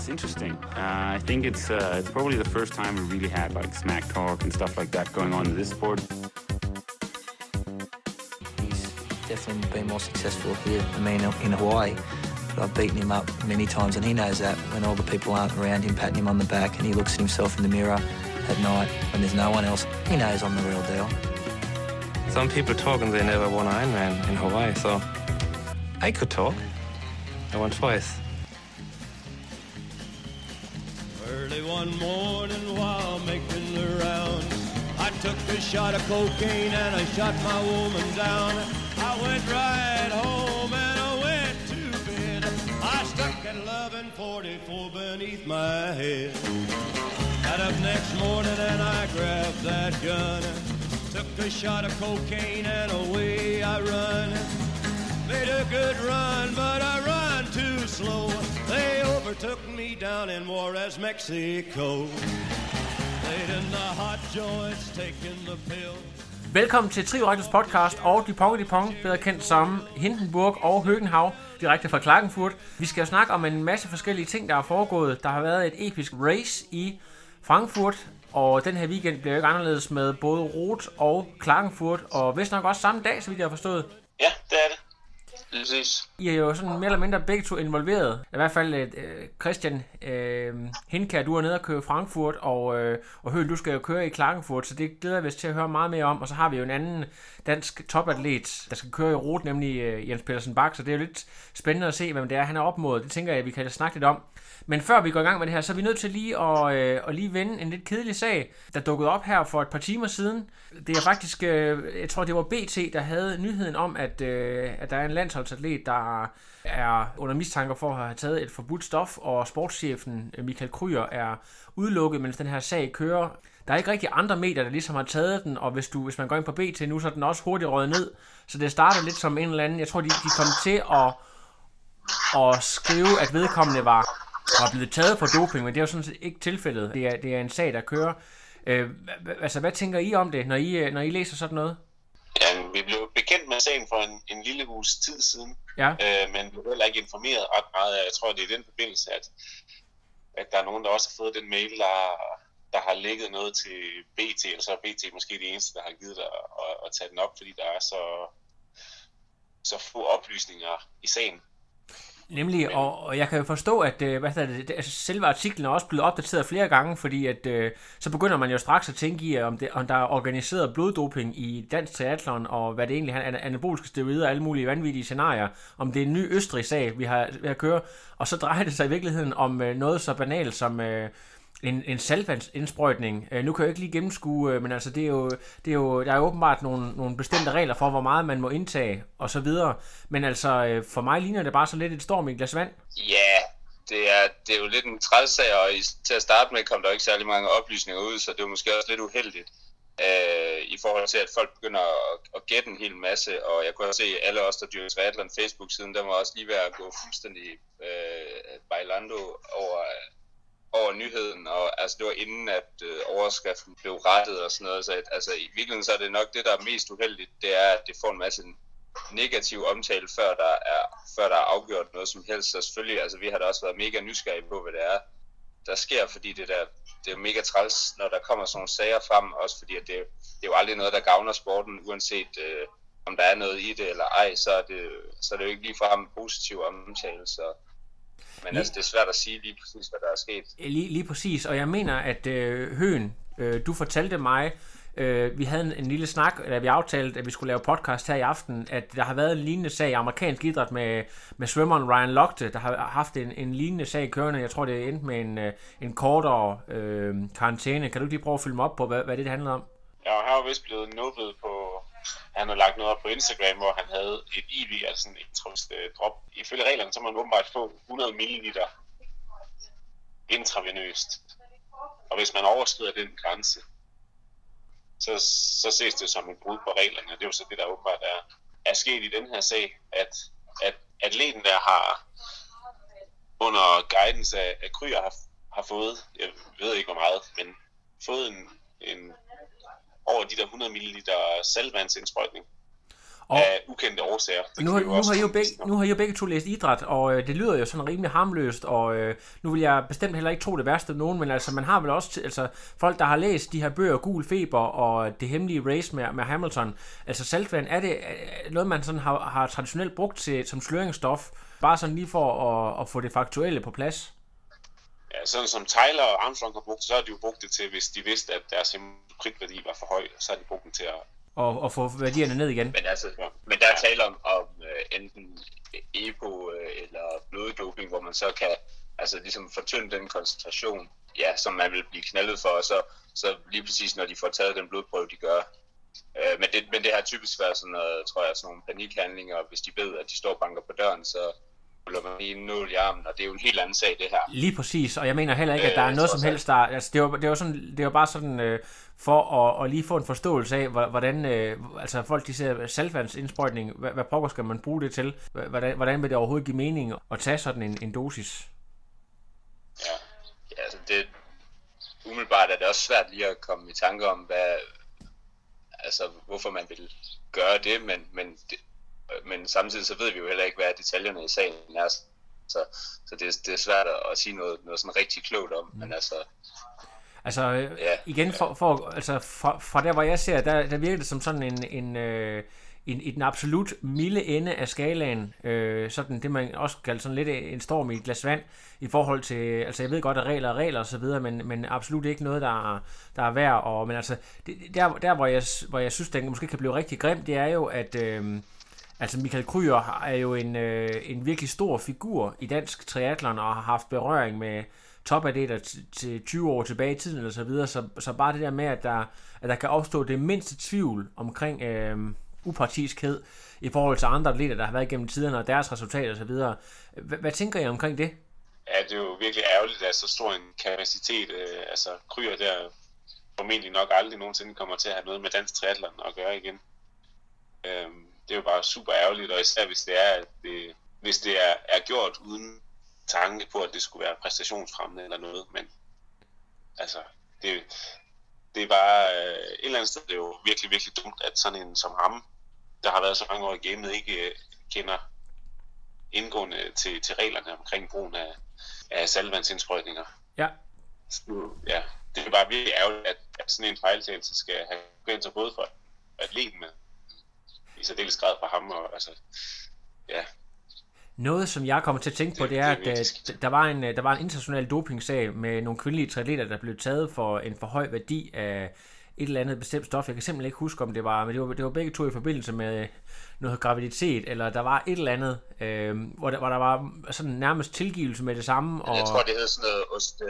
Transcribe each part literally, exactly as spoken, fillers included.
it's interesting. Uh, I think it's uh, it's probably the first time we really had like smack talk and stuff like that going on in this sport. He's definitely been more successful here than me in Hawaii. But I've beaten him up many times, and he knows that when all the people aren't around him patting him on the back and he looks at himself in the mirror at night when there's no one else, he knows I'm the real deal. Some people talk and they never won Ironman in Hawaii, so I could talk. I won twice. Early one morning while making the rounds, I took a shot of cocaine and I shot my woman down. I went right home and I went to bed. I stuck at eleven forty-four beneath my head. Got up next morning and I grabbed that gun, took a shot of cocaine and away I run. Made a good run, but I run too slow. They overtook me down in Juarez, Mexico. Laid in the hot joints, taking the pill. Velkommen til Trioraklets podcast og Dupont og Dupont, bedre kendt som Hindenburg og Høgenhav, direkte fra Klagenfurt. Vi skal jo snakke om en masse forskellige ting, der er foregået. Der har været et episk race i Frankfurt, og den her weekend bliver jo ikke anderledes med både Roth og Klagenfurt, og vist nok også samme dag, så vidt jeg har forstået. Ja, det er det. Præcis. I er jo sådan mere eller mindre begge to involveret. I hvert fald øh, Christian øh, Hindkær, du er nede og køre Frankfurt, og, øh, og Høgh, du skal jo køre i Klagenfurt, så det glæder vi os til at høre meget mere om. Og så har vi jo en anden dansk topatlet, der skal køre i Roth, nemlig øh, Jens Pedersen Bach, så det er jo lidt spændende at se, hvem det er, han er op mod. Det tænker jeg, vi kan snakke lidt om. Men før vi går i gang med det her, så er vi nødt til lige at, øh, at lige vende en lidt kedelig sag, der dukkede op her for et par timer siden. Det er faktisk, øh, jeg tror det var B T, der havde nyheden om, at, øh, at der er en landsholdsatlet, der er under mistanke for at have taget et forbudt stof, og sportschefen Michael Krüger er udelukket, mens den her sag kører. Der er ikke rigtig andre medier, der ligesom har taget den, og hvis, du, hvis man går ind på B T nu, så er den også hurtigt røget ned. Så det starter lidt som en eller anden, jeg tror de, de kom til at, at skrive, at vedkommende var var blevet taget for doping, men det er jo sådan set ikke tilfældet. Det er, det er en sag, der kører. Øh, altså, hvad tænker I om det, når I, når I læser sådan noget? Ja, vi blev bekendt med sagen for en, en lille uges tid siden, ja. øh, men blev heller ikke informeret ret meget. Jeg tror, det er i den forbindelse, at, at der er nogen, der også har fået den mail, der, der har lægget noget til B T, eller så er B T måske det eneste, der har givet dig at, at tage den op, fordi der er så, så få oplysninger i sagen. Nemlig, og, og jeg kan jo forstå, at hvad det, det, altså selve artiklen er også blevet opdateret flere gange, fordi at, øh, så begynder man jo straks at tænke i, om, det, om der er organiseret bloddoping i dansk triathlon, og hvad det egentlig er, anaboliske steroider og alle mulige vanvittige scenarier, om det er en ny Østrig-sag, vi har, vi har kørt, og så drejer det sig i virkeligheden om øh, noget så banalt som øh, en, en saltvandsindsprøjtning. Øh, nu kan jeg ikke lige gennemskue, øh, men altså det er jo, det er jo, der er jo åbenbart nogle, nogle bestemte regler for, hvor meget man må indtage, og så videre. Men altså, øh, for mig ligner det bare så lidt et storm i et glas vand. Ja, det er, det er jo lidt en trælsag, og til at starte med kom der ikke særlig mange oplysninger ud, så det var måske også lidt uheldigt øh, i forhold til, at folk begynder at, at gætte en hel masse, og jeg kunne også se, at alle os, der dyrker triathlon Facebook-siden, der var også lige ved at gå fuldstændig øh, bailando over over nyheden, og altså det var inden, at øh, overskriften blev rettet og sådan noget, så at, altså i virkeligheden så er det nok det, der er mest uheldigt, det er, at det får en masse negativ omtale, før der er, før der er afgjort noget som helst, så selvfølgelig, altså vi har da også været mega nysgerrige på, hvad det er, der sker, fordi det der, det er mega træls, når der kommer sådan nogle sager frem, også fordi at det, det er jo aldrig noget, der gavner sporten, uanset øh, om der er noget i det eller ej, så er det, så er det jo ikke ligefrem en positiv omtale, så men lige, altså, det er svært at sige lige præcis, hvad der er sket. Lige, lige præcis, og jeg mener, at øh, Høen, øh, du fortalte mig, øh, vi havde en, en lille snak, da vi aftalte, at vi skulle lave podcast her i aften, at der har været en lignende sag i amerikansk idræt med, med svømmeren Ryan Lochte, der har haft en, en lignende sag kørende. Jeg tror, det endte med en, en kortere øh, karantæne. Kan du lige prøve at følge mig op på, hvad, hvad det, det handler om? Ja, han var vist blevet nubbet på... Han havde lagt noget op på Instagram, hvor han havde et I V, altså en intravenøst-drop. Ifølge reglerne, så må man åbenbart få hundrede milliliter intravenøst. Og hvis man overskrider den grænse, så, så ses det som et brud på reglerne. Det er jo så det, der åbenbart er, er sket i den her sag, at, at atleten der har under guidance af, af Krüger har, har fået, jeg ved ikke hvor meget, men fået en, en over de der hundrede milliliter saltvandsindsprøjtning. Og af ukendte årsager. Nu har, nu, har I jo begge, nu har I jo begge to læst idræt, og øh, det lyder jo sådan rimelig harmløst, og øh, nu vil jeg bestemt heller ikke tro det værste af nogen, men altså man har vel også t- altså, folk, der har læst de her bøger, Gul Feber og Det Hemmelige Race med, med Hamilton. Altså saltvand, er det er noget, man sådan har, har traditionelt brugt til, som sløringsstof, bare sådan lige for at, at få det faktuelle på plads? Ja, sådan som Tyler og Armstrong har brugt, så har de jo brugt det til, hvis de vidste, at deres hemokritværdi var for høj, så har de brugt den til at Og, og få værdierne ned igen. Men, altså, men der er tale om, om uh, enten E P O uh, eller bloddoping, hvor man så kan altså, ligesom fortynde den koncentration, ja, som man vil blive knaldet for, og så, så lige præcis når de får taget den blodprøve, de gør. Uh, men, det, men det har typisk været sådan noget, tror jeg, sådan nogle panikhandlinger, og hvis de ved, at de står og banker på døren, så puller man lige en nål i armen, og det er jo en helt anden sag, det her. Lige præcis, og jeg mener heller ikke, at der er noget som helst, der... Altså, det var, det var, sådan, det var bare sådan, øh, for at, at lige få en forståelse af, hvordan øh, altså folk, de ser saltvandsindsprøjtning, hvad, hvad pokker skal man bruge det til? Hvordan, hvordan vil det overhovedet give mening at tage sådan en, en dosis? Ja, ja altså det... Umiddelbart er det også svært lige at komme i tanke om, hvad... Altså, hvorfor man vil gøre det, men... men det, men samtidig så ved vi jo heller ikke, hvad detaljerne i sagen er, så, så det, det er svært at sige noget, noget sådan rigtig klogt om, men altså... Altså, ja, igen, for, for, altså fra, fra der, hvor jeg ser, der, der virker det som sådan en, en, øh, en, i den absolut milde ende af skalaen, øh, sådan det, man også kalder sådan lidt en storm i et glas vand, i forhold til, altså jeg ved godt, at regler er regler og så videre, men, men absolut ikke noget, der er, der er værd, og, men altså, det, der, der hvor, jeg, hvor jeg synes, det måske kan blive rigtig grimt, det er jo, at... Øh, Altså Michael Krüger er jo en, øh, en virkelig stor figur i dansk triathlon og har haft berøring med topadleter t- til tyve år tilbage i tiden og så videre, så, så bare det der med, at der, at der kan opstå det mindste tvivl omkring øh, upartiskhed i forhold til andre atleter, der har været gennem tiderne og deres resultater og så videre. H- hvad tænker I omkring det? Ja, det er jo virkelig ærgerligt, at så stor en kapacitet, øh, altså Krüger der formentlig nok aldrig nogensinde kommer til at have noget med dansk triathlon at gøre igen. Øhm, Det er jo bare super ærgerligt, og især hvis det er, at det, hvis det er, er gjort uden tanke på, at det skulle være præstationsfremmende eller noget, men altså, det, det er bare, øh, et eller andet sted, det er jo virkelig, virkelig dumt, at sådan en som ham, der har været så mange år i gamet, ikke øh, kender indgående til, til reglerne omkring brugen af, af saltvandsindsprøjtninger. Ja. Så, ja, det er bare virkelig ærgerligt, at, at sådan en fejltagelse skal have konsekvenser både for atleten med, i særdeles grad for ham, og altså, ja. Noget, som jeg kommer til at tænke på, det, det er, at det der, var en, der var en international dopingsag med nogle kvindelige triatleter, der blev taget for en for høj værdi af et eller andet bestemt stof. Jeg kan simpelthen ikke huske, om det var, men det var, det var begge to i forbindelse med noget graviditet, eller der var et eller andet, øh, hvor, der, hvor der var sådan nærmest tilgivelse med det samme. Og... Jeg tror, det hed sådan noget oste,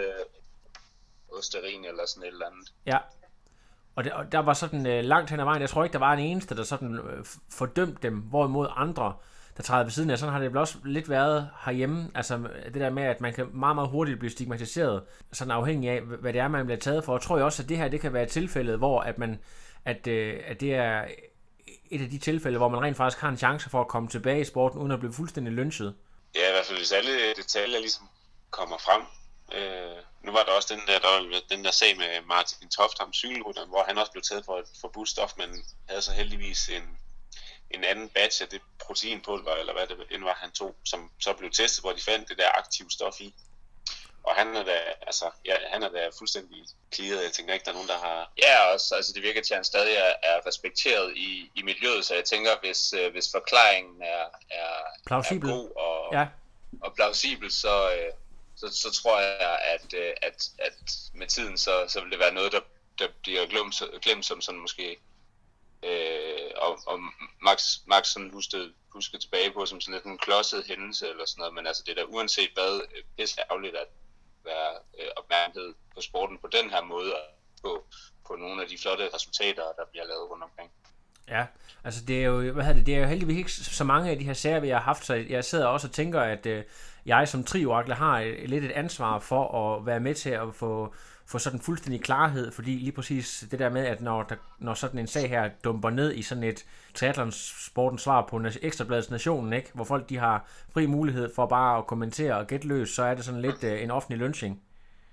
osterin eller sådan et eller andet. Ja. Og, det, og der var sådan øh, langt hen ad vejen, jeg tror ikke, der var en eneste, der sådan øh, fordømte dem, hvorimod andre, der træder ved siden af. Sådan har det vel også lidt været herhjemme. Altså det der med, at man kan meget, meget hurtigt blive stigmatiseret, sådan afhængig af, hvad det er, man bliver taget for. Jeg tror jeg også, at det her, det kan være tilfældet, hvor at man, at, øh, at det er et af de tilfælde, hvor man rent faktisk har en chance for at komme tilbage i sporten, uden at blive fuldstændig lynchet. Ja, i hvert fald hvis alle detaljer ligesom kommer frem. Øh, nu var der også den der, der var den der sag med Martin Toft, ham cykelrytteren, hvor han også blev taget for et forbudt stof, men havde så heldigvis en, en anden batch af det proteinpulver, eller hvad det end var, han tog, som så blev testet, hvor de fandt det der aktive stof i. Og han er da, altså, ja, han er da fuldstændig clearet. Jeg tænker ikke, der er nogen, der har... Ja, også, altså det virker til, at han stadig er, er respekteret i, i miljøet, så jeg tænker, hvis, øh, hvis forklaringen er, er, er god og, ja. og plausibel, så... Øh, Så, så tror jeg, at, at, at med tiden, så, så vil det være noget, der, der bliver glemt, glemt som sådan måske, øh, og, og Max, Max sådan huskede, huskede tilbage på som sådan lidt en klodset hændelse eller sådan noget, men altså det er da uanset hvad, pisse ærgerligt at være øh, opmærksomhed på sporten på den her måde, og på, på nogle af de flotte resultater, der bliver lavet rundt omkring. Ja, altså det er jo, hvad hedder det, det er jo heldigvis ikke så mange af de her sager, vi har haft, så jeg sidder også og tænker, at øh, jeg som triorakler har et, lidt et ansvar for at være med til at få, få sådan fuldstændig klarhed, fordi lige præcis det der med, at når, der, når sådan en sag her dumper ned i sådan et triathlonsportens svar på Ekstrabladets Nationen, ikke, hvor folk de har fri mulighed for bare at kommentere og gætte løs, så er det sådan lidt øh, en offentlig lynching.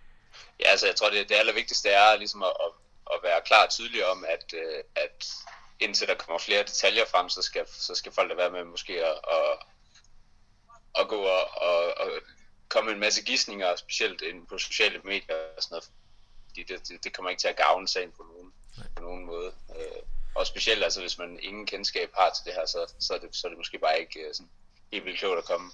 Ja, altså jeg tror, det, det allervigtigste er ligesom at, at, at være klar og tydelig om, at, øh, at indtil der kommer flere detaljer frem, så skal, så skal folk da være med måske at, at, at gå og, og, og komme med en masse gidsninger, specielt inde på sociale medier og sådan noget. Fordi det, det, det kommer ikke til at gavne sagen på nogen, på nogen måde. Øh, og specielt altså, hvis man ingen kendskab har til det her, så, så, er, det, så er det måske bare ikke sådan helt vildt klogt at komme,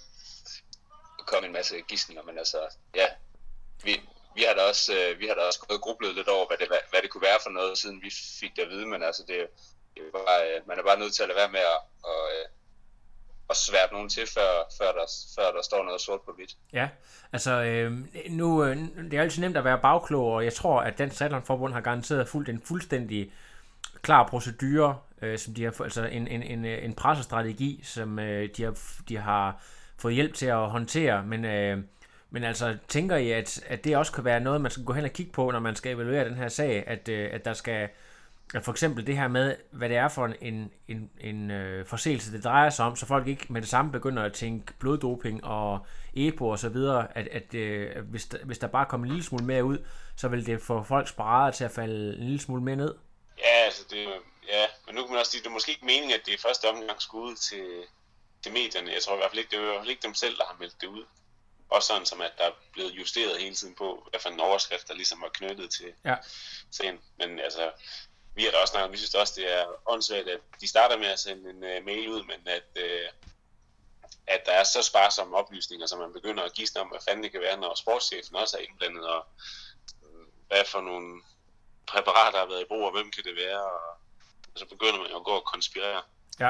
at komme en masse gidsninger. Men altså, ja, vi, vi har da også, øh, vi har da også gået og grublet lidt over, hvad det, hvad, hvad det kunne være for noget, siden vi fik det at vide. Men altså, det, det er bare, øh, man er bare nødt til at lade være med at og, øh, og svært nogen til, før, før, der, før der står noget sort på hvidt. Ja, altså øh, nu, øh, det er altid nemt at være bagklog, og jeg tror, at Dansk Triathlon-forbund har garanteret fuldt en fuldstændig klar procedure, øh, som de har, altså en, en, en, en pressestrategi, som øh, de, har, de har fået hjælp til at håndtere, men, øh, men altså tænker I, at, at det også kan være noget, man skal gå hen og kigge på, når man skal evaluere den her sag, at, øh, at der skal at for eksempel det her med, hvad det er for en, en, en øh, forseelse, det drejer sig om, så folk ikke med det samme begynder at tænke bloddoping og E P O og så videre, at, at øh, hvis, der, hvis der bare kommer en lille smule mere ud, så vil det få folks parader til at falde en lille smule mere ned. Ja, altså det, ja, men nu kan man også sige, det er måske ikke meningen, at det i første omgang skulle ud til, til medierne. Jeg tror i hvert fald ikke, det er i hvert fald ikke dem selv, der har meldt det ud. Også sådan som, at der er blevet justeret hele tiden på, hvad for en overskrift, der ligesom var knyttet til ja. sagen. Men altså, vi har da også snakket, vi synes også, det er åndssvagt, at de starter med at sende en uh, mail ud, men at, uh, at der er så sparsomme oplysninger, så man begynder at gisne om, hvad fanden det kan være, når sportschefen også er indblandet, og uh, hvad for nogle præparater har været i brug, og hvem kan det være, og, og så begynder man jo at gå og konspirere. Ja.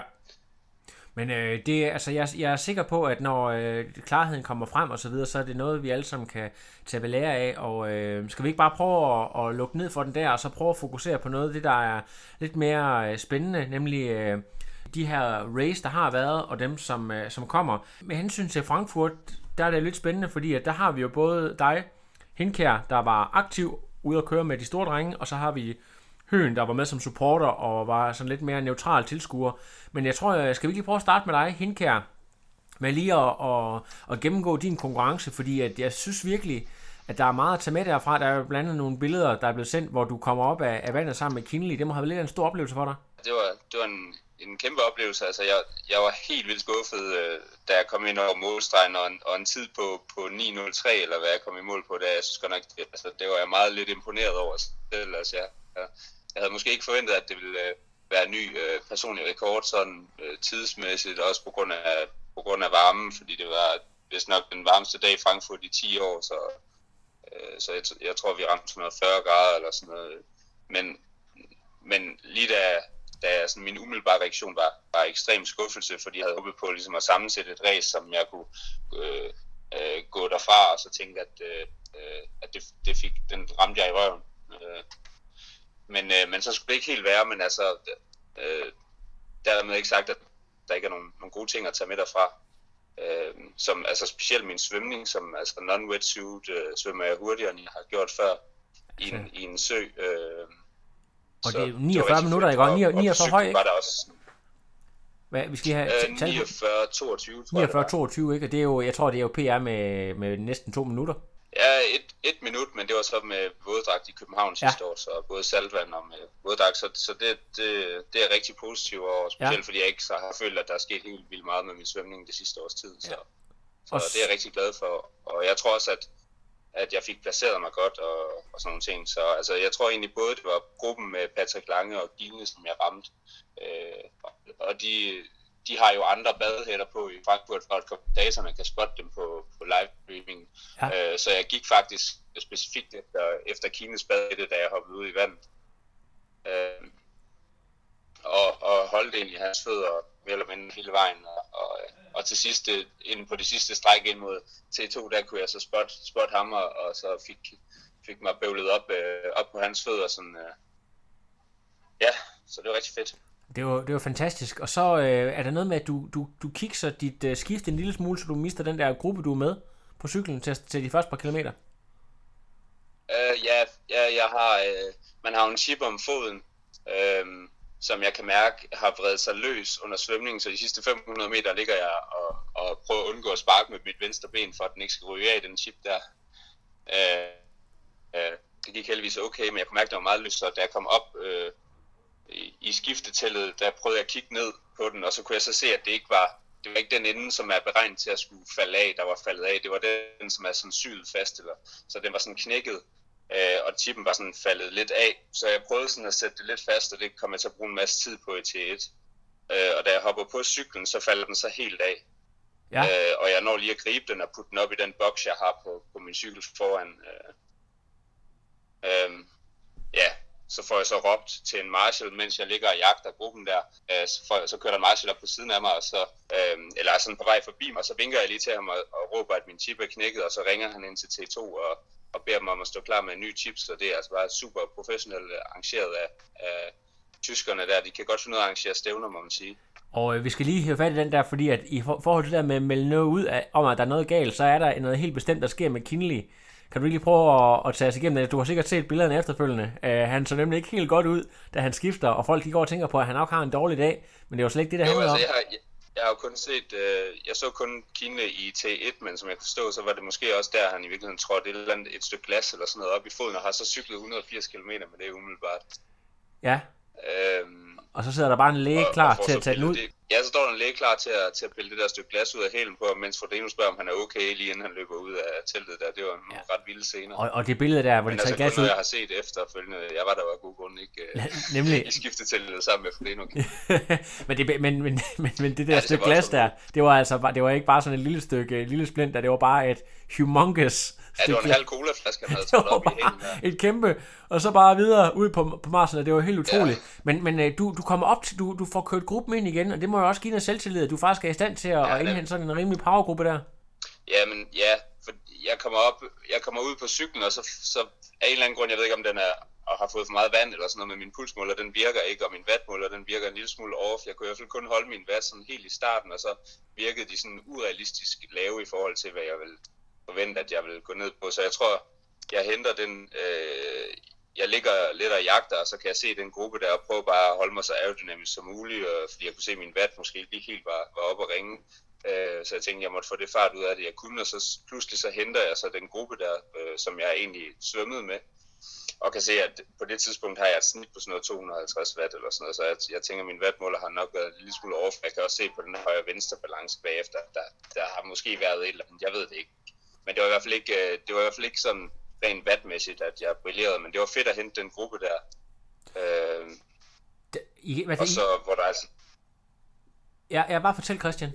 Men øh, det, altså, jeg, jeg er sikker på, at når øh, klarheden kommer frem og så videre, så er det noget, vi alle sammen kan tage ved lære af, og øh, skal vi ikke bare prøve at, at lukke ned for den der, og så prøve at fokusere på noget af det, der er lidt mere øh, spændende, nemlig øh, de her race, der har været, og dem, som, øh, som kommer. Med hensyn til Frankfurt, der er det lidt spændende, fordi at der har vi jo både dig, Hindkjær, der var aktiv ude at køre med de store drenge, og så har vi Høen, der var med som supporter og var sådan lidt mere neutral tilskuer. Men jeg tror, jeg skal vi lige prøve at starte med dig, Hindkjær, med lige at, at, at gennemgå din konkurrence, fordi at jeg synes virkelig, at der er meget at tage med derfra. Der er blandt andet nogle billeder, der er blevet sendt, hvor du kommer op af, af vandet sammen med Kinley. Det må have været lidt en stor oplevelse for dig. Det var, det var en, en kæmpe oplevelse. Altså, jeg, jeg var helt vildt skuffet, da jeg kom ind over målstregen, og en, og en tid på, på ni nul tre, eller hvad jeg kom i mål på, da jeg synes godt nok, altså, det var jeg meget lidt imponeret over selv. Altså, jeg, jeg, jeg havde måske ikke forventet, at det ville være en ny øh, personlig rekord, sådan øh, tidsmæssigt, også på grund af, på grund af varmen, fordi det var vist nok den varmeste dag i Frankfurt i ti år, så, øh, så jeg, jeg tror, vi ramte sådan noget fyrre grader eller sådan noget. Men, men lige da, da sådan, min umiddelbare reaktion var, var ekstrem skuffelse, fordi jeg havde håbet på ligesom at sammensætte et race, som jeg kunne øh, øh, gå derfra, og så tænke, at, øh, at det, det fik, den ramte jeg i røven. Øh, Men, øh, men så skulle det ikke helt være, men altså, øh, dermed ikke sagt, at der ikke er nogen, nogle gode ting at tage med derfra. Øh, som, altså specielt min svømning, som altså non-wetsuit, øh, svømmer jeg hurtigere, end jeg har gjort før i en, i en sø. Øh, og det er niogfyrre minutter, ikke? Og niogfyrre høj, ikke? Var der også. Hvad, vi skal have øh, niogfyrre toogtyve, tror niogfyrre toogtyve, ikke? Og det er jo, jeg tror, det er jo P R med, med næsten to minutter. Ja, et, et minut, men det var så med våddragt i København sidste ja. år, så både saltvand og med våddragt, så, så det, det, det er rigtig positivt, og specielt ja. fordi jeg ikke så har følt, at der er sket helt vildt meget med min svømning det sidste års tid, så, ja. så det er jeg rigtig glad for, og jeg tror også, at, at jeg fik placeret mig godt og, og sådan nogle ting, så altså, jeg tror egentlig både, det var gruppen med Patrick Lange og Gine, som jeg ramte, øh, og de... De har jo andre badehætter på i Frankfurt, for at kommentatorerne kan spotte dem på, på livestreaming. Ja. Øh, så jeg gik faktisk specifikt efter, efter Kines badehætte, da jeg hoppede ud i vandet. Øh, og, og holdt ind i hans fødder mere eller mindre hele vejen. Og, og, og til sidst, inden på det sidste stræk ind mod T to, der kunne jeg så spotte, spotte ham, og, og så fik, fik mig bøvlet op, øh, op på hans fødder. Sådan, øh. Ja, så det var rigtig fedt. Det var, det var fantastisk. Og så øh, er der noget med, at du, du, du kikser dit øh, skift en lille smule, så du mister den der gruppe, du er med på cyklen til, til de første par kilometer. Uh, ja, ja, jeg har, øh, man har en chip om foden, øh, som jeg kan mærke har vredet sig løs under svømningen, så de sidste fem hundrede meter ligger jeg og, og prøver at undgå at sparke med mit venstre ben, for at den ikke skal ryge af, den chip der. Uh, uh, det gik heldigvis okay, men jeg kunne mærke, at det var meget løs, så da jeg kom op... Øh, i, i skifteteltet, der prøvede jeg at kigge ned på den, og så kunne jeg så se, at det ikke var, det var ikke den ende, som er beregnet til at skulle falde af, der var faldet af. Det var den, som er sådan syet fast, eller, så den var sådan knækket, øh, og chippen var sådan faldet lidt af. Så jeg prøvede sådan at sætte det lidt fast, og det kom jeg til at bruge en masse tid på i T et. Øh, og da jeg hopper på cyklen, så falder den så helt af. Ja. Øh, og jeg når lige at gribe den og putte den op i den boks, jeg har på, på min cykel foran. Øh, øh, ja, så får jeg så råbt til en marshal, mens jeg ligger og jagter gruppen der. Øh, så, får, så kører der en marshal op på siden af mig, og så, øh, eller er sådan på vej forbi mig, så vinker jeg lige til ham og, og råber, at min chip er knækket, og så ringer han ind til T to og, og beder dem om at stå klar med en ny chip, så det er altså bare super professionelt arrangeret af, af tyskerne der. De kan godt finde ud af at arrangere stævner, må man sige. Og øh, vi skal lige høre fat i den der, fordi at i for- forhold til det der med at melde noget ud af, om, at der er noget galt, så er der noget helt bestemt, der sker med Kinley. Kan du lige prøve at, at tage os igennem det? Du har sikkert set billederne efterfølgende. Uh, han så nemlig ikke helt godt ud, da han skifter, og folk de går og tænker på, at han nok har en dårlig dag, men det er jo slet ikke det, der jo, handler altså, om. Jeg har, jeg, jeg har jo kun set, øh, jeg så kun Kinley i T et, men som jeg kan forstå, så var det måske også der, han i virkeligheden trådte et, eller andet, et stykke glas eller sådan noget op i foden, og har så cyklet et hundrede og firs kilometer med det umiddelbart. Ja. Øhm, og så sidder der bare en læge og, klar og til at tage den ud. Det. Ja, så står der en læge klar til at, til at pille det der stykke glas ud af hælen på, mens Frodeno spørger, om han er okay, lige inden han løber ud af teltet der. Det var en ja. ret vilde scener. Og, og det billede der, hvor de tager altså, glas ud. Men jeg har set efterfølgende, jeg var der jo af god grund ikke nemlig. i skifteteltet sammen med Frodeno. men, det, men, men, men, men det der ja, det stykke glas der, det var altså det var ikke bare sådan et lille stykke, et lille splint, der det var bare et humongous. Ja, det var en halv colaflaske, han havde taget op i hælen der. Et kæmpe, og så bare videre ud på, på Marsen, det var helt utroligt. Ja. Men, men du, du kommer op til, du, du får kørt gruppen ind igen, og det må jo også give dig selvtillid, at du faktisk er i stand til at, ja, at indhente sådan en rimelig powergruppe der. Ja, men ja, for jeg kommer op, jeg kommer ud på cyklen, og så, så af en eller anden grund, jeg ved ikke om den er, og har fået for meget vand eller sådan noget, med min pulsmåler, den virker ikke, og min wattmåler, den virker en lille smule off. Jeg kunne i hvert fald kun holde min watt sådan helt i starten, og så virkede de sådan urealistisk lave i forhold til, hvad jeg ville forvente, at jeg vil gå ned på. Så jeg tror, jeg henter den, øh, jeg ligger lidt og jagter, og så kan jeg se den gruppe der, og prøve bare at holde mig så aerodynamisk som muligt, øh, fordi jeg kunne se, at min watt måske ikke helt var, var oppe at ringe. Øh, så jeg tænkte, jeg måtte få det fart ud af det, jeg kunne, og så pludselig så henter jeg så den gruppe der, øh, som jeg egentlig svømmede med, og kan se, at på det tidspunkt har jeg et snit på sådan noget to hundrede og halvtreds watt eller sådan noget, så jeg, jeg tænker, at min wattmåler har nok været en lille smule off. Jeg kan også se på den højre-venstre balance bagefter, der, der har måske været et eller andet, jeg ved det ikke. Men det var i hvert fald ikke, det var i hvert fald ikke sådan rent wattmæssigt, at jeg brillerede, men det var fedt at hente den gruppe der. Øh, det, I, hvad og så, hvor der altså... Ja, jeg bare fortæl, Christian.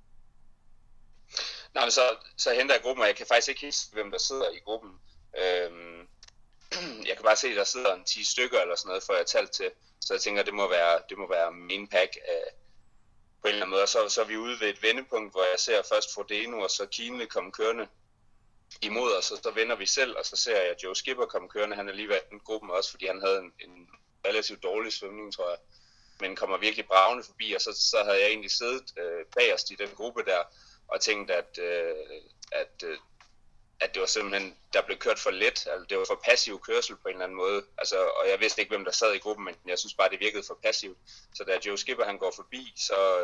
Nej, men så, så henter jeg gruppen, og jeg kan faktisk ikke huske, hvem der sidder i gruppen. Øh, jeg kan bare se, at der sidder en ti stykker eller sådan noget, før jeg talt til. Så jeg tænker, det må være, det må være min pack af, på en eller anden måde. Og så, så er vi ude ved et vendepunkt, hvor jeg ser først Frodeno og så Kinley komme kørende imod os, og så vender vi selv, og så ser jeg Joe Skipper komme kørende. Han er lige ved den gruppen også, fordi han havde en, en relativt dårlig svømning, tror jeg. Men kommer virkelig bravende forbi, og så, så havde jeg egentlig siddet øh, bagerst i den gruppe der, og tænkt, at, øh, at, øh, at det var simpelthen, der blev kørt for let. Altså, det var for passiv kørsel på en eller anden måde. Altså, og jeg vidste ikke, hvem der sad i gruppen, men jeg synes bare, det virkede for passivt. Så da Joe Skipper han går forbi, så,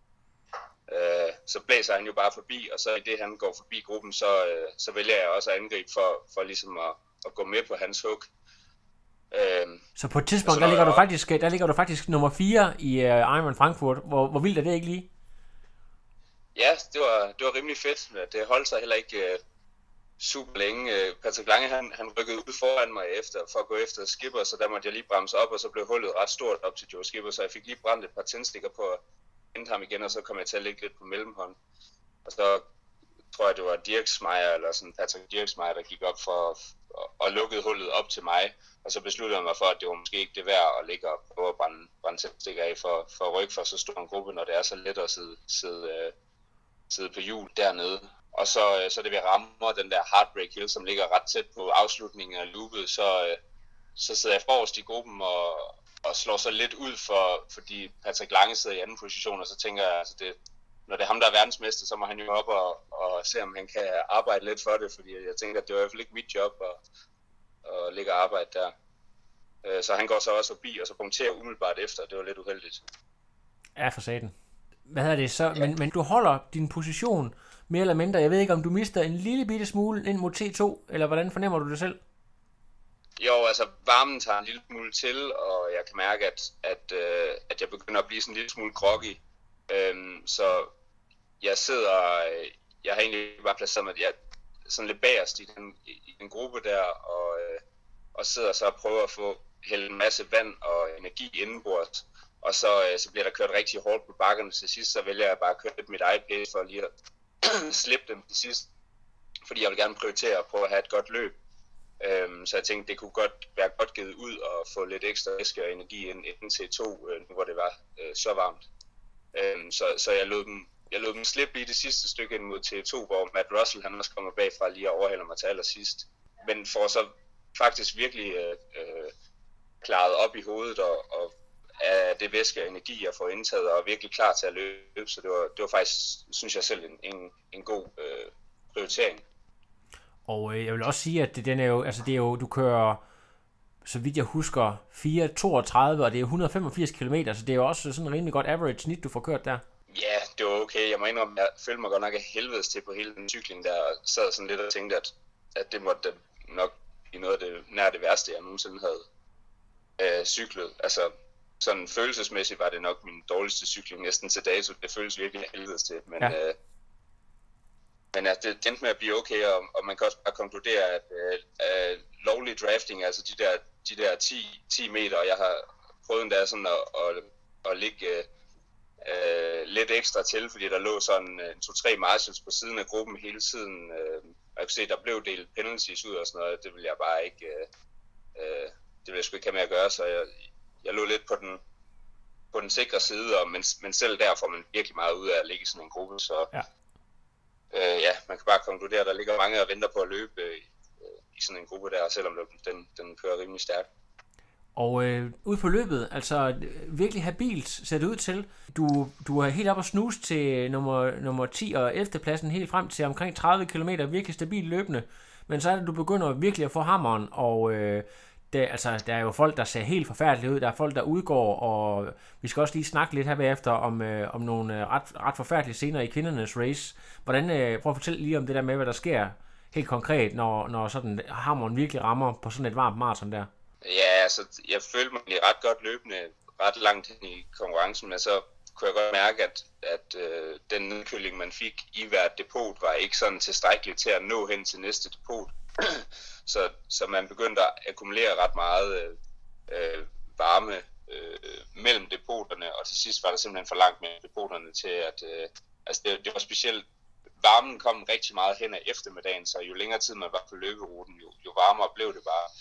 øh, så blæser han jo bare forbi, og så i det, han går forbi gruppen, så, øh, så vælger jeg også at angribe for, for ligesom at, at gå med på hans hug. Øh, så på et tidspunkt, der ligger, du faktisk, der ligger du faktisk nummer fire i uh, Ironman Frankfurt. Hvor, hvor vildt er det ikke lige? Ja, det var, det var rimelig fedt. Det holdt sig heller ikke uh, super længe. Uh, Patrick Lange, han, han rykkede ud foran mig efter, for at gå efter Skipper, så der måtte jeg lige bremse op, og så blev hullet ret stort op til Joe Skipper, så jeg fik lige brændt et par tændstikker på at hente ham igen, og så kom jeg til at ligge lidt på mellemhånd. Og så tror jeg, det var Dirksmeier, eller sådan Patrick Dirksmeier, der gik op for og, og lukkede hullet op til mig, og så besluttede jeg mig for, at det var måske ikke det værd at ligge og prøve at brænde, brænde tændstikker af for, for at rykke for så stor en gruppe, når det er så let at sidde, sidde, uh, sidde på hjul dernede. Og så, så det vi rammer den der Heartbreak Hill, som ligger ret tæt på afslutningen af loopet, så, så sidder jeg forrest i gruppen og, og slår så lidt ud, for, fordi Patrick Lange sidder i anden position, og så tænker jeg, altså det, når det er ham, der er verdensmester, så må han jo op og, og se, om han kan arbejde lidt for det, fordi jeg tænker, at det var i hvert fald ikke mit job at, at ligge og arbejde der. Så han går så også forbi, og så punkterer umiddelbart efter, det var lidt uheldigt. Ja, for satan. Hvad hedder det så? Ja. Men, men du holder din position mere eller mindre. Jeg ved ikke, om du mister en lille bitte smule ind mod T to, eller hvordan fornemmer du det selv? Jo, altså varmen tager en lille smule til, og jeg kan mærke, at, at, øh, at jeg begynder at blive sådan en lille smule groggy. Øhm, så jeg sidder, øh, jeg har egentlig bare placeret mig jeg, sådan lidt bagerst i den, i den gruppe der, og, øh, og sidder så og prøver at få hældt en masse vand og energi indenbords. Og så, øh, så bliver der kørt rigtig hårdt på bakkerne til sidst, så vælger jeg bare at køre mit eget pace for lige at slippe dem til sidst. Fordi jeg vil gerne prioritere at prøve at have et godt løb. Øhm, så jeg tænkte, det kunne godt være godt givet ud og få lidt ekstra væske og energi ind, ind til to, øh, nu hvor det var øh, så varmt. Øhm, så, så jeg lod dem, jeg lod dem slippe i det sidste stykke ind mod T to, hvor Matt Russell han også kommer bagfra lige og overhælder mig til allersidst. Men får så faktisk virkelig øh, øh, klaret op i hovedet og, og af det væske og energi, jeg får indtaget, og er virkelig klar til at løbe. Så det var, det var faktisk, synes jeg selv, en, en, en god øh, prioritering. Og øh, jeg vil også sige, at det, den er jo, altså det er jo, du kører, så vidt jeg husker, fire toogtredive, og det er et hundrede og femogfirs kilometer, så det er jo også sådan en rimelig godt average snit, du får kørt der. Ja, det var okay. Jeg må indrømme, jeg følte mig godt nok af helvedes til på hele den cykling der, og sad sådan lidt og tænkte, at, at det måtte nok blive noget af det, nær det værste, jeg nogensinde havde øh, cyklet. Altså, sådan følelsesmæssigt var det nok min dårligste cykling næsten til dato. Det føles virkelig helvedes til, men... Ja. Øh, Men altså, det endte med at blive okay, og, og man kan også bare konkludere, at uh, lovlig drafting, altså de der, de der ti meter, jeg har prøvet endda sådan at, at, at ligge uh, lidt ekstra til, fordi der lå sådan uh, to-tre marshals på siden af gruppen hele tiden. Uh, og jeg kunne se, der blev delt penalties ud og sådan noget, det ville jeg bare ikke, uh, uh, det ville jeg sgu ikke have med at gøre, så jeg, jeg lå lidt på den, på den sikre side, og, men, men selv der får man virkelig meget ud af at ligge i sådan en gruppe, så... Ja. Øh, ja, man kan bare konkludere, at der ligger mange og venter på at løbe øh, i sådan en gruppe der, selvom den, den kører rimelig stærkt. Og øh, ude på løbet, altså virkelig habilt ser det ud til. Du, du er helt op og snuse til nummer, nummer ti og ellevte pladsen helt frem til omkring tredive kilometer, virkelig stabilt løbende. Men så er det, du begynder virkelig at få hammeren, og øh, det, altså, der er jo folk, der ser helt forfærdeligt ud. Der er folk, der udgår, og vi skal også lige snakke lidt her bagefter om, øh, om nogle øh, ret, ret forfærdelige scener i kvindernes race. Hvordan, øh, prøv at fortælle lige om det der med, hvad der sker helt konkret, når, når sådan hammeren virkelig rammer på sådan et varmt maraton der. Ja, altså, jeg følte mig ret godt løbende, ret langt hen i konkurrencen, men så kunne jeg godt mærke, at, at øh, den nedkøling, man fik i hvert depot, var ikke sådan tilstrækkeligt til at nå hen til næste depot. så, så man begyndte at akkumulere ret meget øh, varme øh, mellem depoterne, og til sidst var der simpelthen for langt mellem depoterne til, at øh, altså det, det var specielt, varmen kom rigtig meget hen ad eftermiddagen, så jo længere tid man var på løberuten, jo, jo varmere blev det bare.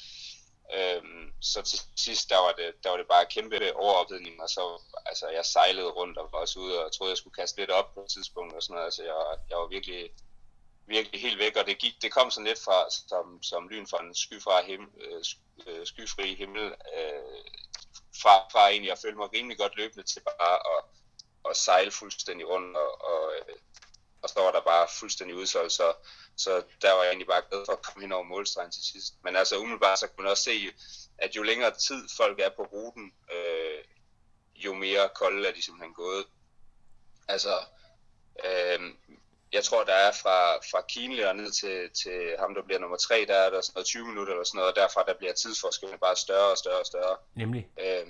Øhm, så til sidst, der var det, der var det bare kæmpe overophedning, og så, altså, jeg sejlede rundt og var også ude og troede, jeg skulle kaste lidt op på et tidspunkt og sådan noget, altså, jeg, jeg var virkelig, virkelig helt væk, og det gik, det kom sådan lidt fra, som, som lyn fra en skyfri himmel, øh, skyfri himmel, øh, fra, fra egentlig at føle mig rimelig godt løbende til bare at, at sejle fuldstændig rundt, og, og, og så var der bare fuldstændig udsolgt, så Så der var jeg egentlig bare glad for at komme hen over målstregen til sidst. Men altså umiddelbart så kunne man også se, at jo længere tid folk er på ruten, øh, jo mere kolde er de simpelthen gået. Altså, øh, jeg tror der er fra, fra Kienle og ned til, til ham, der bliver nummer tre, der er der sådan noget tyve minutter eller sådan noget, og derfra der bliver tidsforskellen bare større og større og større. Nemlig. Øh,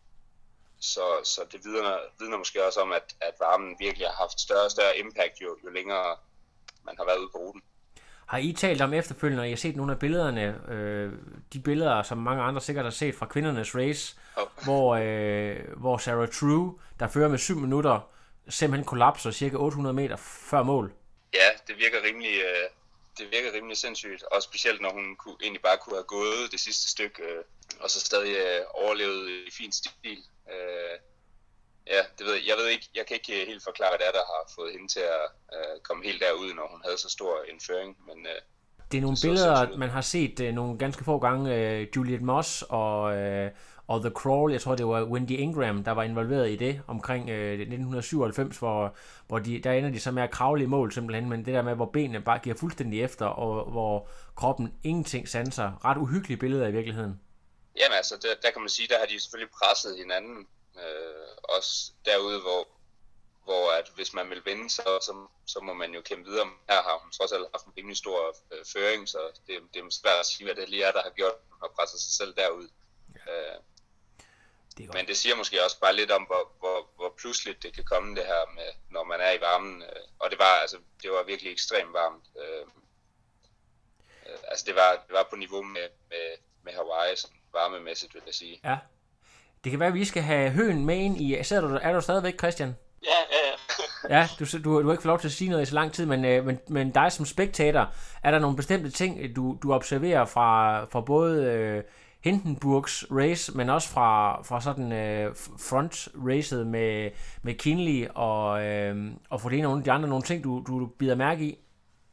så, så det vidner, vidner måske også om, at, at varmen virkelig har haft større og større impact, jo, jo længere man har været ude på ruten. Har I talt om efterfølgende, og I har set nogle af billederne, øh, de billeder, som mange andre sikkert har set fra kvindernes race, oh. hvor, øh, hvor Sarah True, der fører med syv minutter, simpelthen kollapser cirka otte hundrede meter før mål? Ja, det virker rimelig, øh, det virker rimelig sindssygt, og specielt når hun kunne, egentlig bare kunne have gået det sidste stykke, øh, og så stadig øh, overlevet i fin stil. Øh, Ja, det ved jeg. Jeg ved ikke, jeg kan ikke helt forklare, hvad det er, der har fået hende til at uh, komme helt derud, når hun havde så stor en føring. Men, uh, det er nogle det billeder, man har set uh, nogle ganske få gange. Uh, Juliette Moss og, uh, og The Crawl, jeg tror det var Wendy Ingram, der var involveret i det omkring uh, nitten syvoghalvfems, hvor, hvor de, der ender de så med at kravle i mål simpelthen, men det der med, hvor benene bare giver fuldstændig efter, og hvor kroppen ingenting sanser. Ret uhyggelige billeder i virkeligheden. Jamen altså, der, der kan man sige, der har de selvfølgelig presset hinanden. Øh, også derude, hvor, hvor at hvis man vil vinde, så, så, så må man jo kæmpe videre. Her har hun trods alt haft en rimelig stor øh, føring, så det, det er svært at sige, hvad det lige er, der har gjort, at hun har presset sig selv derud. Ja. Øh, det Men det siger måske også bare lidt om, hvor, hvor, hvor pludseligt det kan komme det her, med, når man er i varmen. Øh, og det var, altså, det var virkelig ekstremt varmt. Øh, øh, altså det var, det var på niveau med, med, med Hawaii, som varmemæssigt, vil jeg sige. Ja. Det kan være, at vi skal have Høen med ind i... Er du, er du stadigvæk, Christian? Ja, ja, ja. Ja, du, du, du har ikke fået lov til at sige noget i så lang tid, men, men, men dig som spektator, er der nogle bestemte ting, du, du observerer fra, fra både øh, Hindenburgs race, men også fra, fra sådan øh, front-racet med, med Kinley og, øh, og for det ene og de andre, nogle ting, du, du bider mærke i?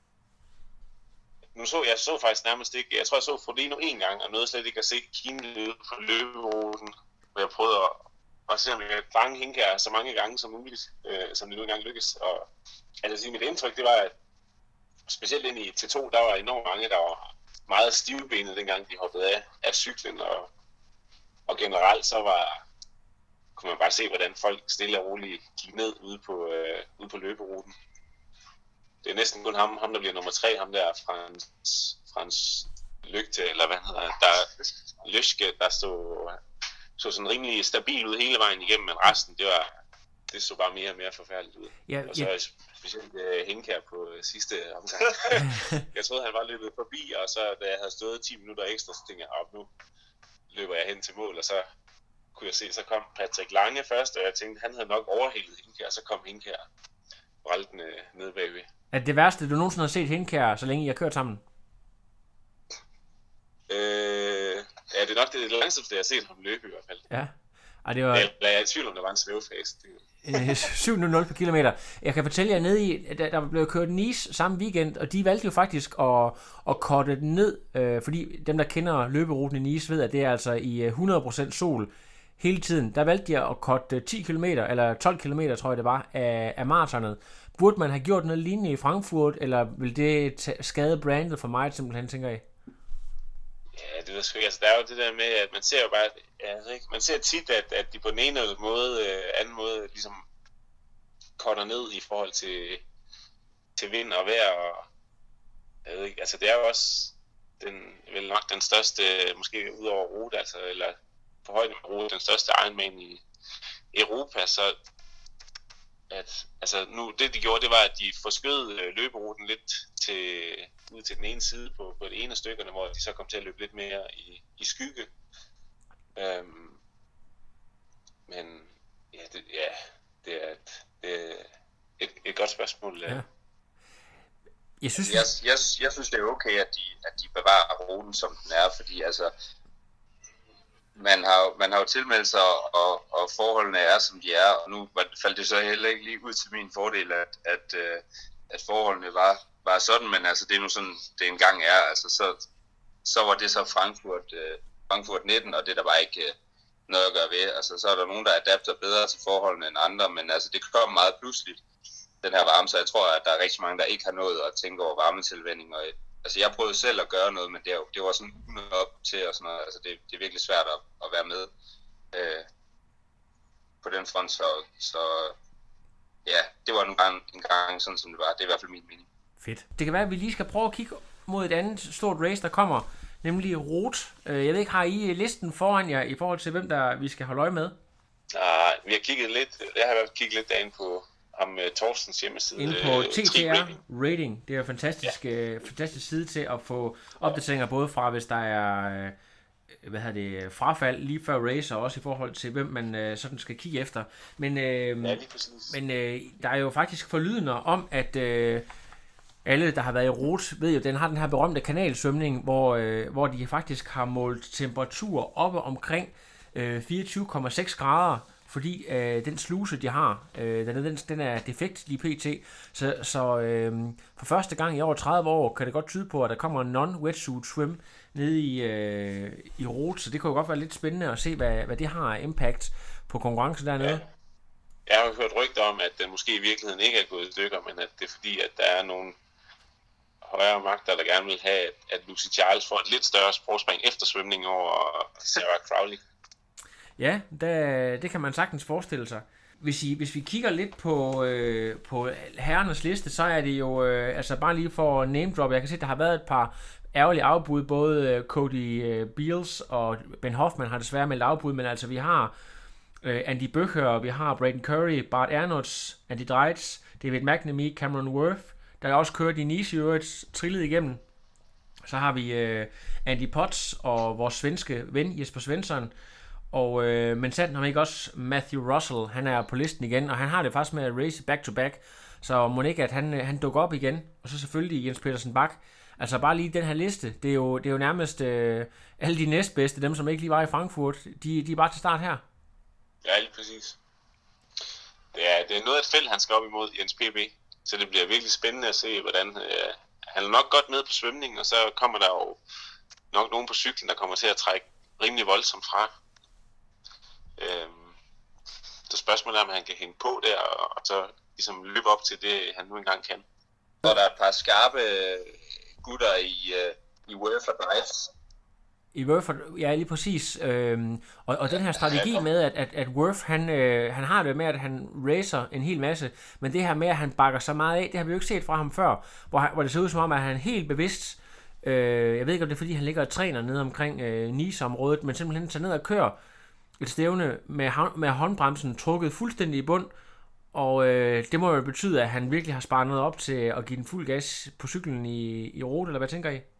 Nu så jeg så faktisk nærmest ikke, jeg tror jeg så Frodeno en gang, og nåede slet ikke at se Kinley ude på løberuten, hvor jeg prøvede at, at se, om jeg kan fange Hinkær så mange gange som muligt, øh, som det nu engang lykkes. Og altså mit indtryk, det var, at specielt ind i T to, der var enormt mange, der var meget stivbenet, dengang de hoppede af, af cyklen, og, og generelt så var, kunne man bare se, hvordan folk stille og roligt gik ned ude på, øh, ude på løberuten. Det er næsten kun ham, ham der bliver nummer tre, ham der Frans, Frans Lygte, eller hvad hedder han, der Løske, der stod, så sådan rimelig stabil ud hele vejen igennem, men resten, det var, det så bare mere og mere forfærdeligt ud. Ja, og så ja. Specielt uh, Hinkær på uh, sidste omgang. Jeg troede, han var løbet forbi, og så da jeg havde stået ti minutter ekstra, så tænkte jeg, op nu løber jeg hen til mål, og så kunne jeg se, så kom Patrick Lange først, og jeg tænkte, han havde nok overhældet Hinkær, og så kom Hinkær vræltende ned bagved. Er det værste, du nogensinde har set Hinkær, så længe I har kørt sammen? Øh, ja, det er nok det langsomste, jeg har set ham løbe i hvert fald. Ja. Og det var... Eller jeg er i tvivl, om der var en svævefase. syv nul per kilometer. Jeg kan fortælle jer ned i, der, der blev kørt Nice samme weekend, og de valgte jo faktisk at, at korte den ned, øh, fordi dem, der kender løberuten i Nice, ved, at det er altså i hundrede procent sol hele tiden. Der valgte de at korte ti kilometer, eller tolv kilometer, tror jeg det var, af, af maratonet. Burde man have gjort noget lignende i Frankfurt, eller vil det t- skade brandet for mig, simpelthen, tænker I? Ja, det er sgu ikke. Altså, der er jo det der med, at man ser jo bare, altså, ikke? Man ser tit, at, at de på den ene eller måde, øh, anden måde, ligesom korter ned i forhold til, til vind og vejr. Og, jeg ved ikke, altså det er jo også den, vel nok den største, måske ud over rute, altså, eller på højde med rute, den største Ironman i Europa, så at, altså nu, det de gjorde, det var, at de forskød øh, løberuten lidt til, ud til den ene side på, på det ene af stykkerne, hvor de så kom til at løbe lidt mere i, i skygge. Øhm, men ja, det, ja, det er et, det er et, et godt spørgsmål. Ja. Jeg synes, jeg, jeg, jeg synes, det er okay, at de, at de bevarer ruten, som den er, fordi altså man har, man har jo tilmeldt sig, og, og forholdene er, som de er, og nu faldt det så heller ikke lige ud til min fordel, at, at, at forholdene var, var sådan, men altså det er nu sådan, det engang er, altså så, så var det så Frankfurt, Frankfurt nitten, og det der var ikke noget at gøre ved, altså så er der nogen, der adapter bedre til forholdene end andre, men altså det kom meget pludseligt, den her varme, så jeg tror, at der er rigtig mange, der ikke har nået at tænke over varmetilvænding, og altså jeg prøvede selv at gøre noget, men det, er, det var sådan ugen op til og sådan noget. Altså det, det er virkelig svært at, at være med øh, på den front, så, så ja, det var en gang, en gang sådan som det var. Det er i hvert fald min mening. Fedt. Det kan være, at vi lige skal prøve at kigge mod et andet stort race, der kommer, nemlig Roth. Jeg ved ikke, har I listen foran jer i forhold til, hvem der vi skal holde øje med? Nej, vi har kigget lidt, jeg har i hvert fald kigget lidt derinde på om uh, Torstens hjemmeside. Inde på T T R Rating. Det er jo fantastisk, ja. uh, fantastisk side til at få opdateringer både fra, hvis der er uh, hvad hedder det, frafald lige før race, og også i forhold til, hvem man uh, sådan skal kigge efter. Men, uh, ja, men uh, der er jo faktisk forlydender om, at uh, alle, der har været i Roth, ved jo, den har den her berømte kanalsvømning, hvor, uh, hvor de faktisk har målt temperatur oppe omkring uh, fireogtyve komma seks grader, fordi øh, den sluse, de har, øh, den, er, den, den er defekt lige pt. Så, så øh, for første gang i over tredive år, kan det godt tyde på, at der kommer en non-wetsuit swim nede i, øh, i Roth, så det kunne jo godt være lidt spændende at se, hvad, hvad det har af impact på konkurrencen dernede. Ja. Jeg har hørt rygter om, at den måske i virkeligheden ikke er gået i stykker, men at det er fordi, at der er nogle højere magter, der gerne vil have, at Lucy Charles får et lidt større sprogspring efter svømning over Sarah Crowley. Ja, det, det kan man sagtens forestille sig. hvis, I, hvis vi kigger lidt på, øh, på herrenes liste, så er det jo, øh, altså bare lige for name drop, jeg kan se, at der har været et par ærgerlige afbud, både Cody øh, Beals og Ben Hoffman har desværre meldt afbud, men altså vi har øh, Andy Bøcher, vi har Braden Curry, Bart Ernots, Andy Dreitz, David McNamee, Cameron Worth, der er også kørt i Nice i øvrigt, trillet igennem. Så har vi øh, Andy Potts og vores svenske ven Jesper Svensson, og øh, men sandt har vi ikke også Matthew Russell, han er på listen igen, og han har det faktisk med at race back-to-back, så må ikke, at han, han dukker op igen, og så selvfølgelig Jens Petersen Bach. Altså bare lige den her liste, det er jo, det er jo nærmest øh, alle de næstbedste, dem som ikke lige var i Frankfurt, de, de er bare til start her. Ja, lige præcis. Det er, det er noget af et felt, han skal op imod, Jens P B, så det bliver virkelig spændende at se, hvordan øh, han er nok godt med på svømningen, og så kommer der jo nok nogen på cyklen, der kommer til at trække rimelig voldsomt fra. Øhm, så spørgsmålet er, om han kan hænge på der, og, og så ligesom løbe op til det, han nu engang kan. Og der er et par skarpe gutter i, uh, i Worth og Dreitz. I Worth, ja, lige præcis. Øhm, og, og den her strategi med, at, at, at Worth, han, øh, han har det med, at han racer en hel masse, men det her med, at han bakker så meget af, det har vi jo ikke set fra ham før, hvor, han, hvor det ser ud som om, at han er helt bevidst, øh, jeg ved ikke, om det er, fordi han ligger og træner nede omkring øh, Nice-området, men simpelthen tager ned og kører et stævne med, med håndbremsen trukket fuldstændig i bund, og øh, det må jo betyde, at han virkelig har sparet noget op til at give den fuld gas på cyklen i, i rute, eller hvad tænker I?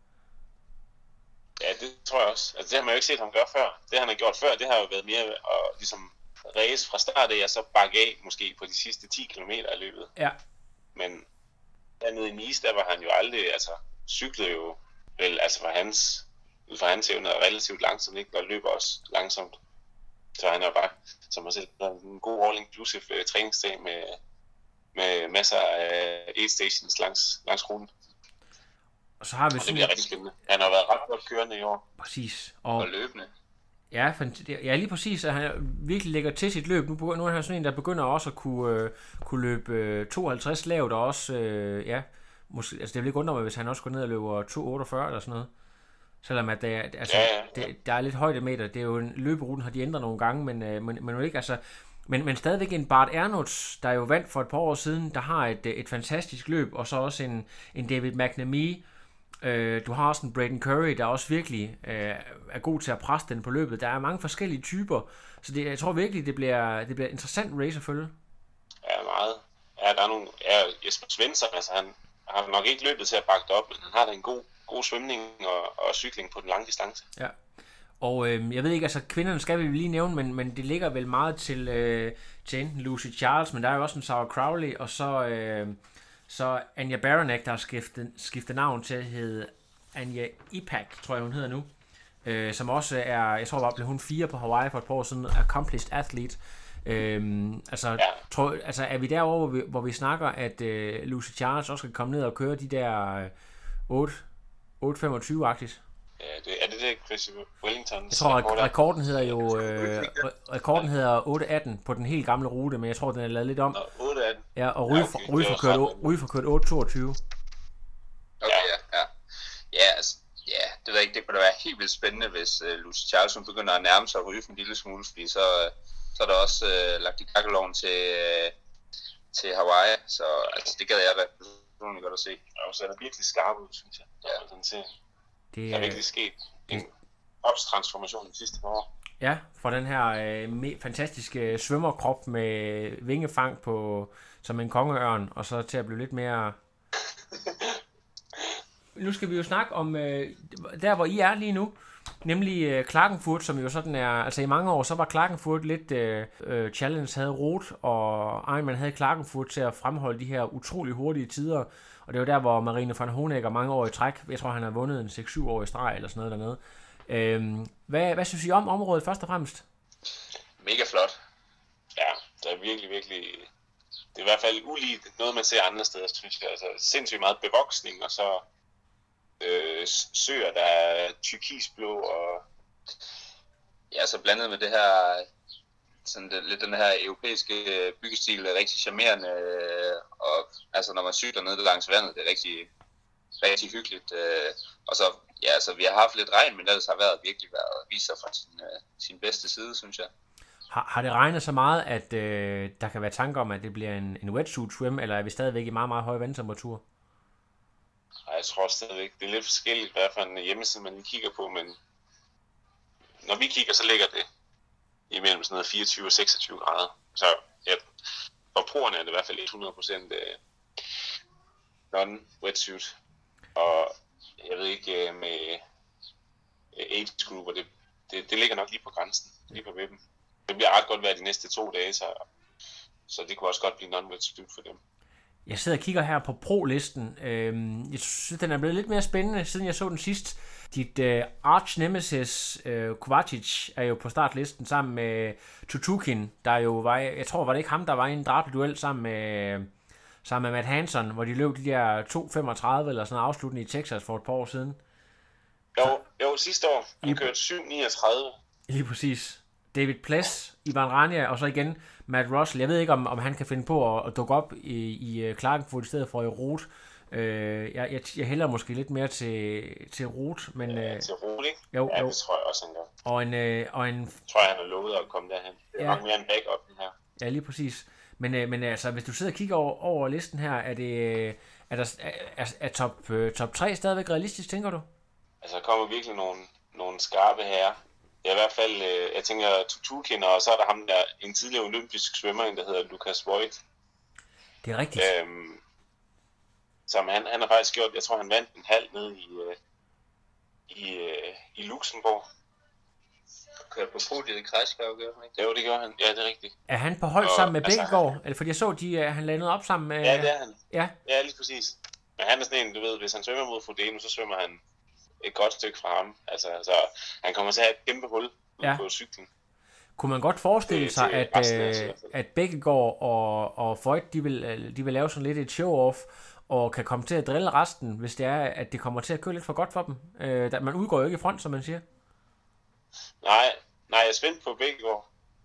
Ja, det tror jeg også. Altså, det har man jo ikke set ham gøre før. Det han har gjort før, det har jo været mere at ligesom race fra start af, og så bakke af måske på de sidste ti kilometer af løbet. Ja. Men dernede i Nice, der var han jo aldrig, altså cyklede jo vel, altså for hans, ud fra hans evne relativt langsomt, ikke? Og løber også langsomt. Så han er bare, som har selv, en god all-inclusive uh, træningsdag med, med masser af aid stations langs, langs ruten. Og så har vi og det bliver rigtig spændende. Han har været ret godt kørende i år. Præcis. Og, og løbende. Ja, ja, lige præcis, at han virkelig lægger til sit løb. Nu, nu er han sådan en, der begynder også at kunne, øh, kunne løbe øh, tooghalvtreds lavt, og også, øh, ja, måske, altså det vil ikke undre mig, hvis han også går ned og løber to otteogfyrre eller sådan noget. Selvom at det, altså, ja, ja, ja. Det, der er lidt højdemeter, det er jo en løberuten, har de ændret nogle gange, men, øh, men, men ikke, altså, men, men stadigvæk en Bart Ernots, der jo vandt for et par år siden, der har et, et fantastisk løb, og så også en, en David McNamee. Øh, du har også en Braden Curry, der også virkelig øh, er god til at presse den på løbet. Der er mange forskellige typer, så det, jeg tror virkelig, det bliver, det bliver et interessant race at følge. Ja, meget. Ja, der er nogle, ja, Jesper Svensson, altså han har nok ikke løbet til at bakke det op, men han har da en god, god svømning og, og cykling på den lange distance. Ja, og øh, jeg ved ikke, altså kvinderne skal vi lige nævne, men, men det ligger vel meget til, øh, til enten Lucy Charles, men der er jo også en Sarah Crowley, og så... Øh, Så Anja Baranek, der har skiftet, skiftet navn til at hedde Anja Ipak, tror jeg hun hedder nu, øh, som også er, jeg tror bare blev hun fire på Hawaii for et par år siden, accomplished athlete. Øh, altså, ja. tror, altså er vi derovre, hvor vi, hvor vi snakker, at øh, Lucy Charles også skal komme ned og køre de der øh, otte femogtyve-agtigt? Ja, det, er det det, Chris Wellington? Jeg tror, at rekorden hedder jo øh, rekorden hedder otte atten på den helt gamle rute, men jeg tror, den er lavet lidt om. otte atten? Ja, og Ryge ja, okay. får kørt, Ryge får kørt otte toogtyve. Okay, ja, ja. Ja, altså, ja, det ved ikke, det kunne da være helt vildt spændende, hvis uh, Lucy Charles begynder at nærme sig Ryge en lille smule, fordi så, uh, så er der også uh, lagt i kakkeloven til, uh, til Hawaii, så altså, det gad jeg da personligt godt at se. Og så er der virkelig skarp ud, synes jeg. Ja. Sådan ser. Det, der er virkelig sket en opstransformation de sidste par år. Ja, fra den her øh, fantastiske svømmerkrop med vingefang på, som en kongeørn, og så til at blive lidt mere... Nu skal vi jo snakke om øh, der, hvor I er lige nu, nemlig øh, Klagenfurt, som jo sådan er... Altså i mange år, så var Klagenfurt lidt... Øh, øh, Challenge havde Roth, og Ironman havde Klagenfurt til at fremholde de her utrolig hurtige tider. Og det var der, hvor Marine van Honecker mange år i træk, jeg tror, han har vundet en seks syv år i streg eller sådan noget dernede. Øhm, hvad, hvad synes I om området først og fremmest? Mega flot. Ja, det er virkelig, virkelig... Det er i hvert fald uligt noget, man ser andre steder, synes jeg. Altså sindssygt meget bevoksning, og så øh, søer, der er tyrkisblå, og... Ja, så blandet med det her... Sådan det, lidt den her europæiske byggestil er rigtig charmerende, og altså når man cykler ned langs vandet, det er rigtig, rigtig hyggeligt. Og så, ja, altså vi har haft lidt regn, men ellers har været virkelig været vist sig fra sin, sin bedste side, synes jeg. Har, har det regnet så meget, at øh, der kan være tanker om, at det bliver en, en wetsuit swim, eller er vi stadigvæk i meget, meget høj vandtemperatur? Nej, jeg tror stadigvæk, det er lidt forskelligt, hvad for en hjemmeside man lige kigger på, men når vi kigger, så ligger det imellem sådan noget fireogtyve og seksogtyve grader. Så ja, for proerne er det i hvert fald hundrede procent non-wetsuit. Og jeg ved ikke med age grouper, det, det, det ligger nok lige på grænsen, lige på vippen. Det bliver ret godt være de næste to dage, så, så det kunne også godt blive non-wetsuit for dem. Jeg sidder og kigger her på pro-listen. Øhm, jeg synes, den er blevet lidt mere spændende, siden jeg så den sidst. Dit øh, arch-nemesis øh, Kovacic er jo på startlisten sammen med Tutukin, der jo var, jeg tror, var det ikke ham, der var i en drabeduel sammen med, sammen med Matt Hanson, hvor de løb de der to femogtredive eller sådan noget afslutning i Texas for et par år siden. Jo, jo sidste år. Han kørte syv niogtredive. Lige præcis. David Pless, Ivan Rania, og så igen Matt Russell. Jeg ved ikke, om, om han kan finde på at, at dukke op i, i Klagenfurt i stedet for i Roth. Øh, jeg, jeg, jeg hælder måske lidt mere til, til Roth, men... Ja, øh, til Roth, ikke? Jo, ja, jo. det tror jeg også, han gør. Og en... Øh, og en jeg tror, han har lovet at komme derhen. Det er ja. nok mere en backup, den her. Ja, lige præcis. Men, øh, men altså, hvis du sidder og kigger over, over listen her, er det... Er, der, er, er top, øh, top tre stadigvæk realistisk, tænker du? Altså, der kommer virkelig nogle, nogle skarpe herrer. Ja, i hvert fald, øh, jeg tænker Tutukin, og så er der ham der, en tidligere olympisk svømmer, der hedder Lucas Voigt. Det er rigtigt. Øhm, som han, han har faktisk gjort, jeg tror han vandt en halv nede i, øh, i, øh, i Luxembourg. Kørte på podiet i Kreisgau, gør han ikke? Jo, det gør han. Ja, det er rigtigt. Er han på hold og, sammen med altså, Bækkegaard? Eller fordi jeg så, de, uh, han landede op sammen med... Ja, det er han. Ja, ja lige præcis. Men han er sådan en, du ved, hvis han svømmer mod Frodeno, så svømmer han et godt stykke fra ham. Altså, så han kommer til at have et kæmpe hul ja. på cyklen. Kunne man godt forestille det, sig, at, øh, at Bækkegaard og, og Voigt, de vil, de vil lave sådan lidt et show-off, og kan komme til at drille resten, hvis det er, at det kommer til at køre lidt for godt for dem. Øh, man udgår jo ikke i front, som man siger. Nej, nej, jeg er spændt på Bækkegaard.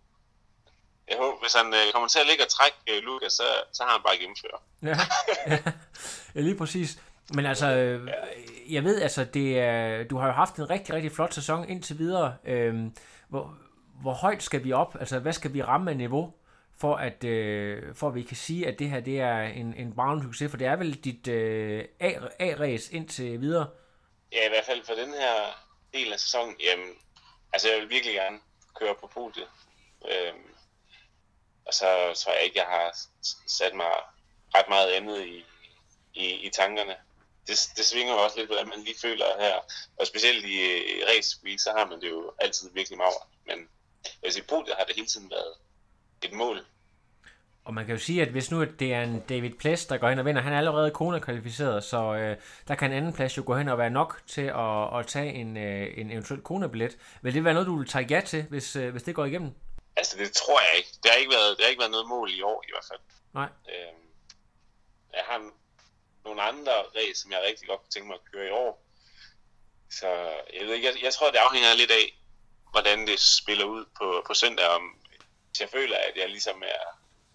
Jeg håber, hvis han øh, kommer til at ligge og trække øh, Lukas, så, så har han bare gennemført. Ja, ja, lige præcis. Men altså, øh, jeg ved, altså, det er, du har jo haft en rigtig, rigtig flot sæson indtil videre. Øh, hvor, hvor højt skal vi op? Altså, hvad skal vi ramme af niveau, for at, øh, for at vi kan sige, at det her det er en, en Brown-succes? For det er vel dit øh, A-race indtil videre? Ja, i hvert fald for den her del af sæsonen. Jamen, altså, jeg vil virkelig gerne køre på podiet. Øhm, og så tror jeg ikke, jeg har sat mig ret meget andet i, i, i tankerne. Det, det svinger jo også lidt, hvordan man lige føler her. Og specielt i, i race week, så har man det jo altid virkelig magert. Men altså, i podiet har det hele tiden været et mål. Og man kan jo sige, at hvis nu det er en David Pless, der går hen og vinder, han er allerede Kona-kvalificeret, så øh, der kan en anden plads jo gå hen og være nok til at, at tage en, øh, en eventuel Kona-billet. Vil det være noget, du vil tage ja til, hvis, øh, hvis det går igennem? Altså, det tror jeg ikke. Det har ikke været, det har ikke været noget mål i år, i hvert fald. Nej. Øhm, jeg har nogle andre race, som jeg rigtig godt kunne tænke mig at køre i år. Så jeg ved ikke, jeg, jeg tror, det afhænger lidt af, hvordan det spiller ud på, på søndag. Om, hvis jeg føler, at jeg ligesom er...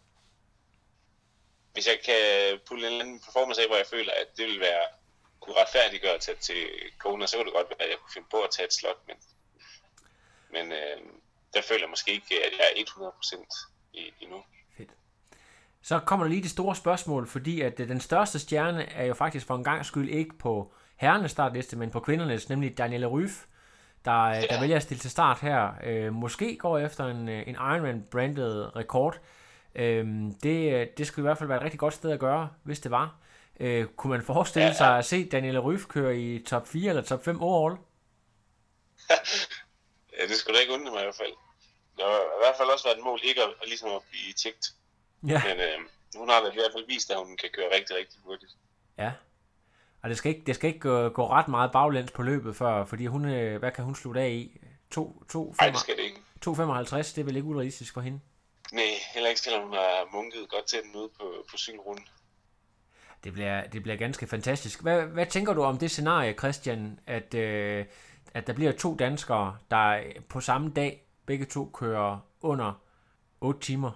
Hvis jeg kan pulle en eller anden performance af, hvor jeg føler, at det vil være kunne retfærdiggøre at tage til Kona, så kunne det godt være, at jeg kunne finde på at tage et slot. Men, men øh, der føler jeg måske ikke, at jeg er hundrede procent i, endnu. Fedt. Så kommer der lige det store spørgsmål, fordi at den største stjerne er jo faktisk for en gang skyld ikke på herrenes startliste, men på kvindernes, nemlig Daniela Ryf, der, ja. der vælger at stille til start her. Øh, måske går efter en, en Ironman-branded rekord. Øhm, det, det skulle i hvert fald være et rigtig godt sted at gøre, hvis det var. Øh, kunne man forestille ja, ja. sig at se Daniela Ryf køre i top fire eller top fem overall? Ja, det skulle da ikke undre mig i hvert fald. Det har i hvert fald også været et mål ikke at, at, ligesom at blive tjekt. Ja. Men øh, hun har da i hvert fald vist, at hun kan køre rigtig, rigtig hurtigt. Ja. Og det skal ikke, det skal ikke gå, gå ret meget baglæns på løbet før, fordi hun, hvad kan hun slutte af i? Nej, det skal det ikke. to femoghalvtreds, det er vel ikke urealistisk for hende? Nej, heller ikke, selvom hun har munket godt til den ude på, på cykelrunden. Det bliver, det bliver ganske fantastisk. Hvad, hvad tænker du om det scenarie, Christian, at, øh, at der bliver to danskere, der på samme dag begge to kører under otte timer?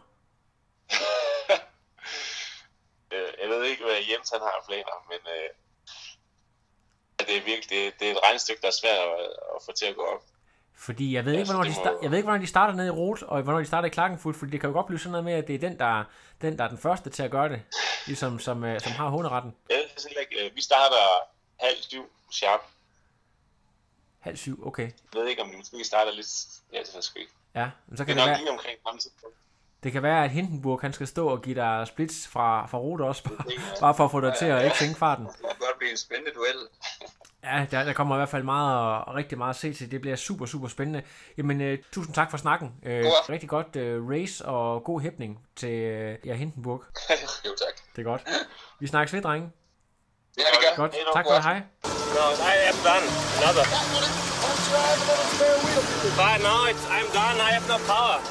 Jeg ved ikke, hvad Jens han har planer, men øh, det er virkelig det, det er et regnestykke, der er svært at, at få til at gå op. Fordi jeg ved, ikke, Altså, hvornår de det må- start, jeg ved ikke, hvornår de starter nede i Roth, og hvornår de starter i Klagenfurt, fordi det kan jo godt blive sådan noget med, at det er den, der, den, der er den første til at gøre det, ligesom som, øh, som har hunderetten. Jeg ved heller ikke, øh, vi starter halv syv sharp. Halv syv, okay. Jeg ved ikke, om vi måske starter lidt... Ja, det er sgu ikke. Ja, men så Det kan er det, nok være, lige omkring fremtiden. det kan være, at Hindenburg han skal stå og give dig splits fra, fra Roth også, bare for at få dig til at ikke sænke farten. Det må godt blive en spændende duel. Ja, der, der kommer i hvert fald meget og rigtig meget at se til. Det bliver super, super spændende. Jamen, øh, tusind tak for snakken. Øh, rigtig godt øh, race og god hæpning til øh, ja, Hindenburg. Jo, tak. Det er godt. Vi snakkes ved, drenge. Ja, det gør. Godt. Hej, Tak for det. Hej. No, I am done. Another. But no, it's, I'm done. I have no power.